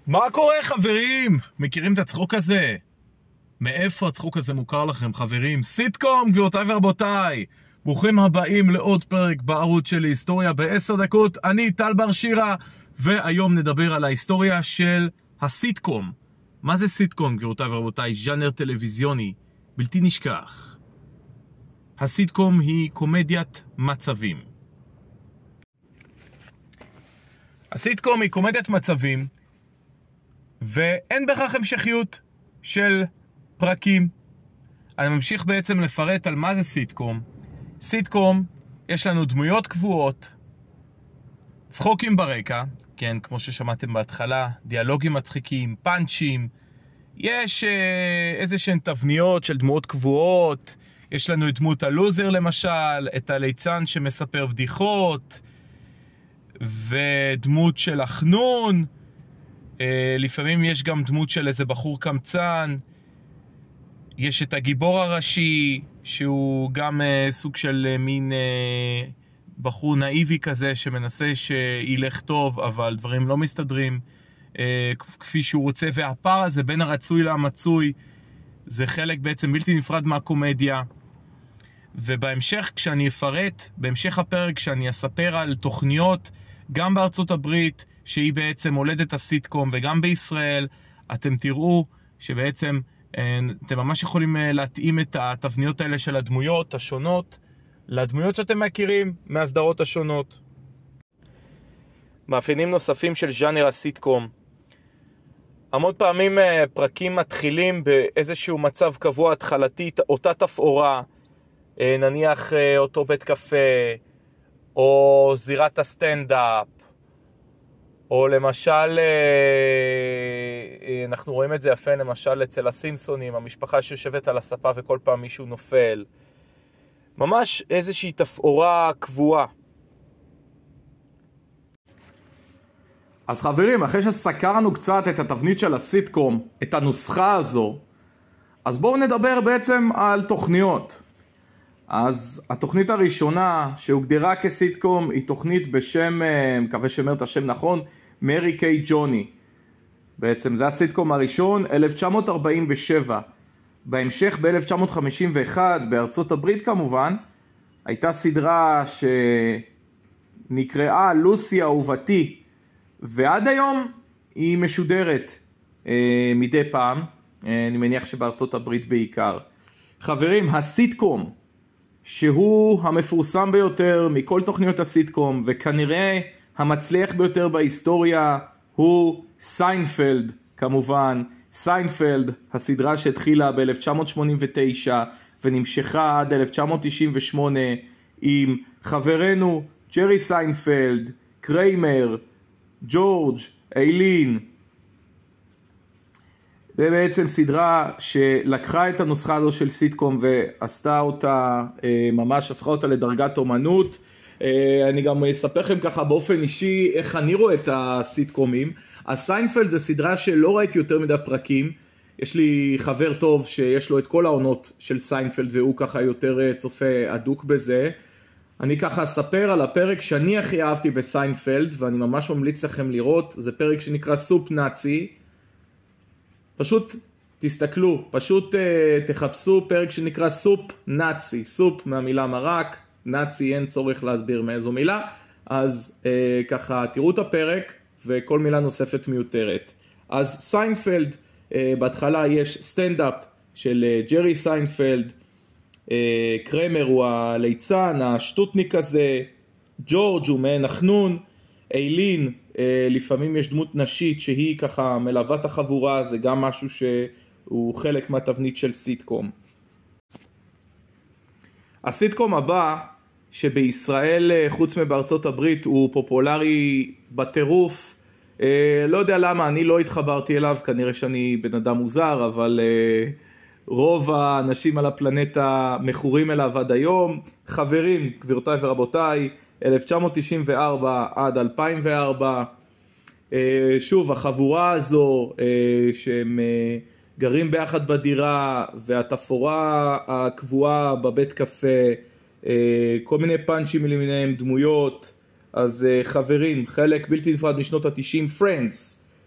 מה קורה חברים? מכירים את הצחוק הזה? מאיפה הצחוק הזה מוכר לכם חברים? סיטקום גבירותיי ורבותיי, ברוכים הבאים לעוד פרק בערוץ של היסטוריה ב10 דקות. אני טל בר שירה, והיום נדבר על ההיסטוריה של הסיטקום. מה זה סיטקום גבירותיי ורבותיי? ז'אנר טלוויזיוני בלתי נשכח. הסיטקום היא קומדיית מצבים. הסיטקום היא קומדיית מצבים, ואין בכך המשכיות של פרקים. אני ממשיך בעצם לפרט על מה זה סיטקום. סיטקום, יש לנו דמויות קבועות, צחוקים ברקע, כן, כמו ששמעתם בהתחלה, דיאלוגים מצחיקים, פאנצ'ים, יש איזה שהן תבניות של דמויות קבועות, יש לנו את דמות הלוזר למשל, את הליצן שמספר בדיחות, ודמות של החנון, לפעמים יש גם דמות של איזה בחור קמצן, יש את הגיבור הראשי שהוא גם סוג של מין בחור נאיבי כזה שמנסה שילך טוב אבל דברים לא מסתדרים כפי שהוא רוצה, והפער הזה בין הרצוי למצוי זה חלק בעצם בלתי נפרד מהקומדיה. ובהמשך כשאני אפרט, בהמשך הפרק כשאני אספר על תוכניות גם בארצות הברית שהיא בעצם הולדת הסיטקום וגם בישראל, אתם תראו שבעצם אתם ממש יכולים להתאים את התבניות האלה של הדמויות השונות לדמויות שאתם מכירים מהסדרות השונות. מאפיינים נוספים של ז'אנר הסיטקום: המון פעמים פרקים מתחילים באיזשהו מצב קבוע התחלתי, אותה תפאורה, נניח אותו בית קפה או זירת הסטנדאפ, או למשל אנחנו רואים את זה יפה למשל אצל הסימפסונים, המשפחה שיושבת על הספה וכל פעם מישהו נופל, ממש איזושהי תפאורה קבועה. אז חברים, אחרי שסקרנו קצת את התבנית של הסיטקום, את הנוסחה הזו, אז בואו נדבר בעצם על תוכניות. אז התוכנית הראשונה שהוגדרה כסיטקום היא תוכנית בשם, מקווה שאומר את השם נכון, מרי קיי ג'וני. בעצם זה הסיטקום הראשון, 1947. בהמשך ב-1951 בארצות הברית כמובן הייתה סדרה שנקראה לוסי אהובתי, ועד היום היא משודרת מדי פעם, אני מניח שבארצות הברית בעיקר. חברים, הסיטקום שהוא המפורסם ביותר מכל תוכניות הסיטקום וכנראה המצליח ביותר בהיסטוריה הוא סיינפלד כמובן. סיינפלד, הסדרה שהתחילה ב-1989 ונמשכה עד 1998 עם חברנו ג'רי סיינפלד, קריימר, ג'ורג', איילין. זה בעצם סדרה שלקחה את הנוסחה הזו של סיטקום ועשתה אותה, ממש הפכה אותה לדרגת אומנות. אני גם אספר לכם ככה באופן אישי איך אני רואה את הסיטקומים. הסיינפלד זה סדרה שלא ראיתי יותר מדי פרקים. יש לי חבר טוב שיש לו את כל העונות של סיינפלד והוא ככה יותר צופה אדוק בזה. אני ככה אספר על הפרק שאני הכי אהבתי בסיינפלד ואני ממש ממליץ לכם לראות. זה פרק שנקרא סופ נאצי. פשוט תסתכלו, פשוט תחפשו פרק שנקרא סופ נאצי, סופ מהמילה מרק, נאצי אין צורך להסביר מאיזו מילה, אז ככה תראו את הפרק וכל מילה נוספת מיותרת. אז סיינפלד, בהתחלה יש סטנדאפ של ג'רי סיינפלד, קרמר הוא הליצן, השטוטניק הזה, ג'ורג' הוא מעין החנון, איילין, לפעמים יש דמות נשית שהיא ככה מלווה את החבורה, זה גם משהו שהוא חלק מהתבנית של סיטקום. הסיטקום הבא שבישראל חוץ מבארצות הברית הוא פופולרי בטירוף, לא יודע למה, אני לא התחברתי אליו, כנראה שאני בן אדם מוזר, אבל רוב האנשים על הפלנטה מכורים אליו עד היום. חברים, גבירותיי ורבותיי, 1994 עד 2004, שוב החבורה הזו שהם גרים ביחד בדירה והתפאורה הקבועה בבית קפה, כל מיני פאנצ'ים למיניהם, דמויות. אז חברים, חלק בלתי נפרד משנות ה-90, Friends,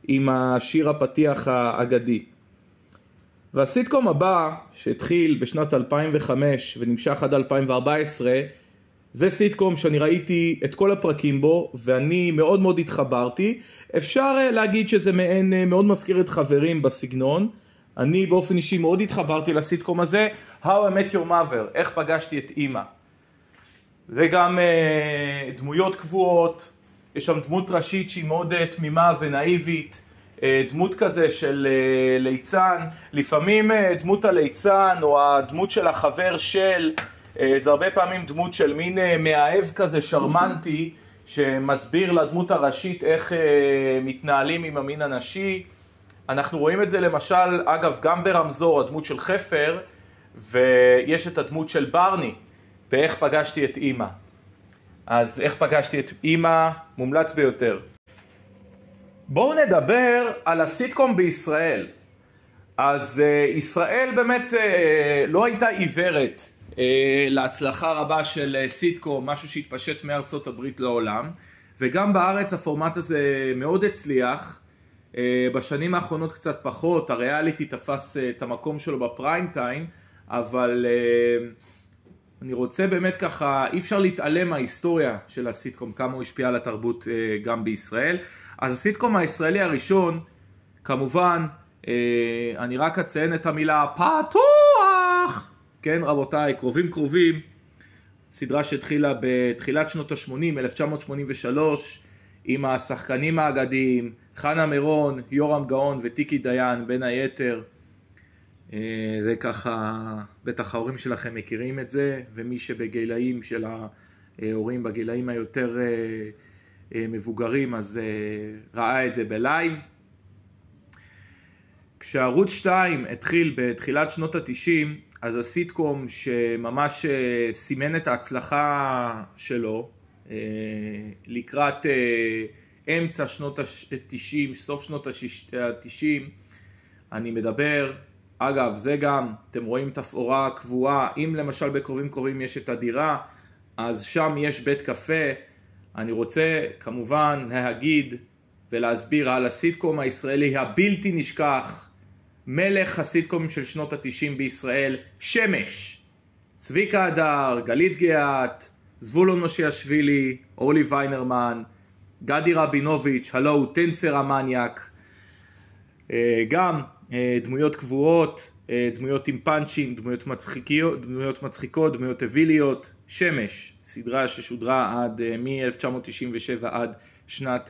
עם השיר הפתיח האגדי. והסיטקום הבא שהתחיל בשנת 2005 ונמשך עד 2014, זה סיטקום שאני ראיתי את כל הפרקים בו ואני מאוד מאוד התחברתי. אפשר להגיד שזה מעין מאוד מזכיר את חברים בסגנון. אני באופן אישי מאוד התחברתי לסיטקום הזה. How I Met Your Mother, איך פגשתי את אמא. זה גם דמויות קבועות, יש שם דמות ראשית שהיא מאוד תמימה ונאיבית, דמות כזה של ליצן, לפעמים דמות הליצן או הדמות של החבר של, זה הרבה פעמים דמות של מין מאהב כזה שרמנטי, שמסביר לדמות הראשית איך מתנהלים עם המין הנשי. אנחנו רואים את זה למשל, אגב, גם ברמזור, הדמות של חפר, ויש את הדמות של ברני, באיך פגשתי את אמא. אז איך פגשתי את אמא, מומלץ ביותר. בואו נדבר על הסיטקום בישראל. אז ישראל באמת לא הייתה עיוורת להצלחה רבה של סיטקום, משהו שהתפשט מארצות הברית לעולם, וגם בארץ הפורמט הזה מאוד הצליח. בשנים האחרונות קצת פחות, הריאליטי תפס את המקום שלו בפריים טיים, אבל אני רוצה באמת ככה, אי אפשר להתעלם מההיסטוריה של הסיטקום, כמה הוא השפיע על התרבות גם בישראל. אז הסיטקום הישראלי הראשון, כמובן, אני רק אציין את המילה פתוח, כן רבותיי, קרובים קרובים, סדרה שהתחילה בתחילת שנות ה-80, 1983, עם השחקנים האגדיים, חנה מירון, יורם גאון וטיקי דיין בין היתר. זה ככה, בטח ההורים שלכם מכירים את זה, ומי שבגילאים של ההורים, בגילאים היותר מבוגרים, אז ראה את זה בלייב. כשערוץ 2 התחיל בתחילת שנות ה-90, אז הסיטקום שממש סימן את ההצלחה שלו, לקראת אמצע שנות ה-90, סוף שנות ה-90, אני מדבר, אגב, זה גם, אתם רואים תפאורה קבועה, אם למשל בקרובים קרובים יש את הדירה, אז שם יש בית קפה. אני רוצה כמובן להגיד ולהסביר על הסיטקום הישראלי הבלתי נשכח, מלך הסיטקומים של שנות ה-90 בישראל, שמש, צביקה הדר, גלית גיאת, זבולון מושיאשוילי, אורלי ויינרמן, גדי רבינוביץ', הלו, טנצר המניאק, גם דמויות קבועות, דמויות עם פאנצ'ים, דמויות מצחיקות, דמויות אביליות. שמש, סדרה ששודרה עד מ-1997 עד שנת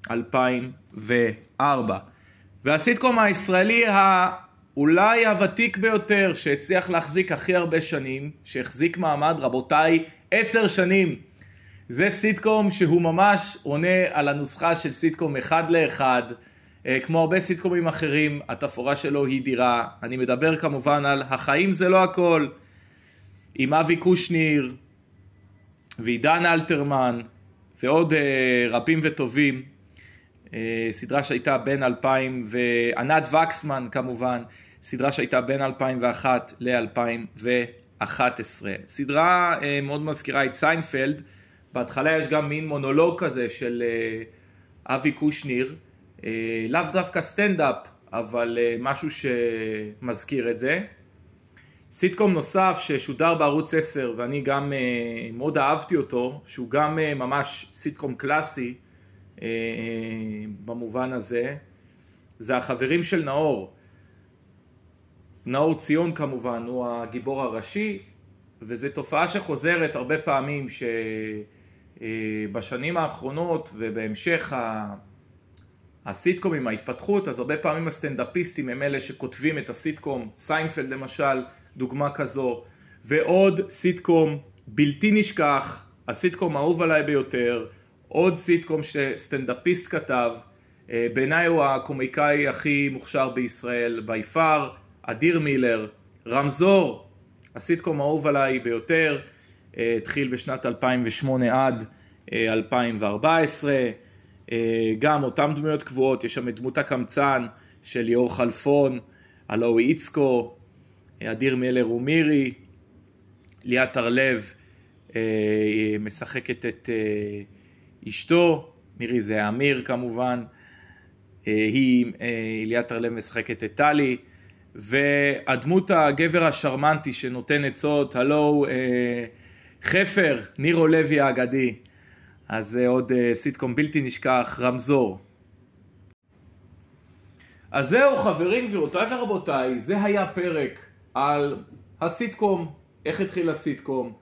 2004. והסיטקום הישראלי אולי הוותיק ביותר, שהצליח להחזיק הכי הרבה שנים, שהחזיק מעמד, רבותיי, 10 שנים. זה סיטקום שהוא ממש עונה על הנוסחה של סיטקום אחד לאחד, כמו הרבה סיטקומים אחרים, התפאורה שלו היא דירה. אני מדבר כמובן על החיים זה לא הכל, עם אבי קושניר ועידן אלתרמן ועוד רבים וטובים. סדרה שהייתה בין 2000 וענת וקסמן כמובן, סדרה שהייתה בין 2001 ל-2011. סדרה מאוד מזכירה את סיינפלד. בהתחלה יש גם מין מונולוג כזה של אבי קושניר, לאו דווקא סטנדאפ, אבל משהו שמזכיר את זה. סיטקום נוסף ששודר בערוץ 10 ואני גם מאוד אהבתי אותו, שהוא גם ממש סיטקום קלאסי במובן הזה, זה החברים של נאור. נאור ציון כמובן הוא הגיבור הראשי, וזו תופעה שחוזרת הרבה פעמים, שבשנים האחרונות ובהמשך הסיטקום עם ההתפתחות, אז הרבה פעמים הסטנדאפיסטים הם אלה שכותבים את הסיטקום. סיינפלד למשל, דוגמה כזו, ועוד סיטקום בלתי נשכח, הסיטקום האהוב עליי ביותר, עוד סיטקום שסטנדאפיסט כתב, בעיניי הוא הקומיקאי הכי מוכשר בישראל, ביפר, אדיר מילר. רמזור, הסיטקום האהוב עליי ביותר, התחיל בשנת 2008 עד 2014, גם אותם דמויות קבועות, יש שם את דמות הקמצן של ליאור חלפון, הלו איצקו, אדיר מילר ומירי, ליאת הרלב משחקת את אשתו, מירי זה אמיר כמובן, איליה טרלב משחקת את טלי, והדמות הגבר השרמנטי שנותן עצות, הלו חפר, נירו לוי האגדי. אז זה עוד סיטקום בלתי נשכח, רמזור. אז זהו חברים, גבירותיי ורבותיי, זה היה פרק על הסיטקום, איך התחיל הסיטקום,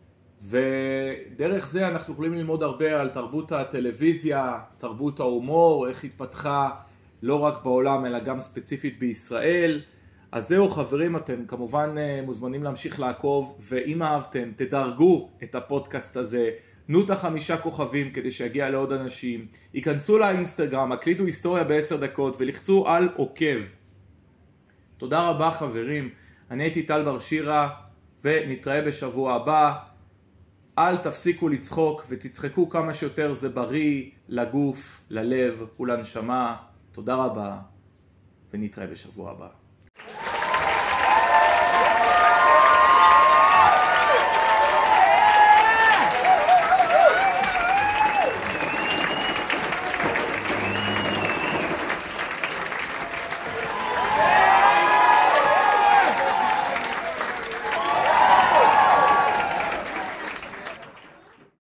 ודרך זה אנחנו יכולים ללמוד הרבה על תרבות הטלוויזיה, תרבות ההומור, איך התפתחה לא רק בעולם אלא גם ספציפית בישראל. אז זהו חברים, אתם כמובן מוזמנים להמשיך לעקוב, ואם אהבתם תדרגו את הפודקאסט הזה, תנו את 5 כוכבים כדי שיגיע לעוד אנשים, ייכנסו לאינסטגרם, הקליטו היסטוריה ב10 דקות ולחצו על עוקב. תודה רבה חברים, אני הייתי טל בר שירה ונתראה בשבוע הבא. אל תפסיקו לצחוק ותצחקו כמה שיותר, זה בריא לגוף, ללב ולנשמה. תודה רבה ונתראה בשבוע הבא.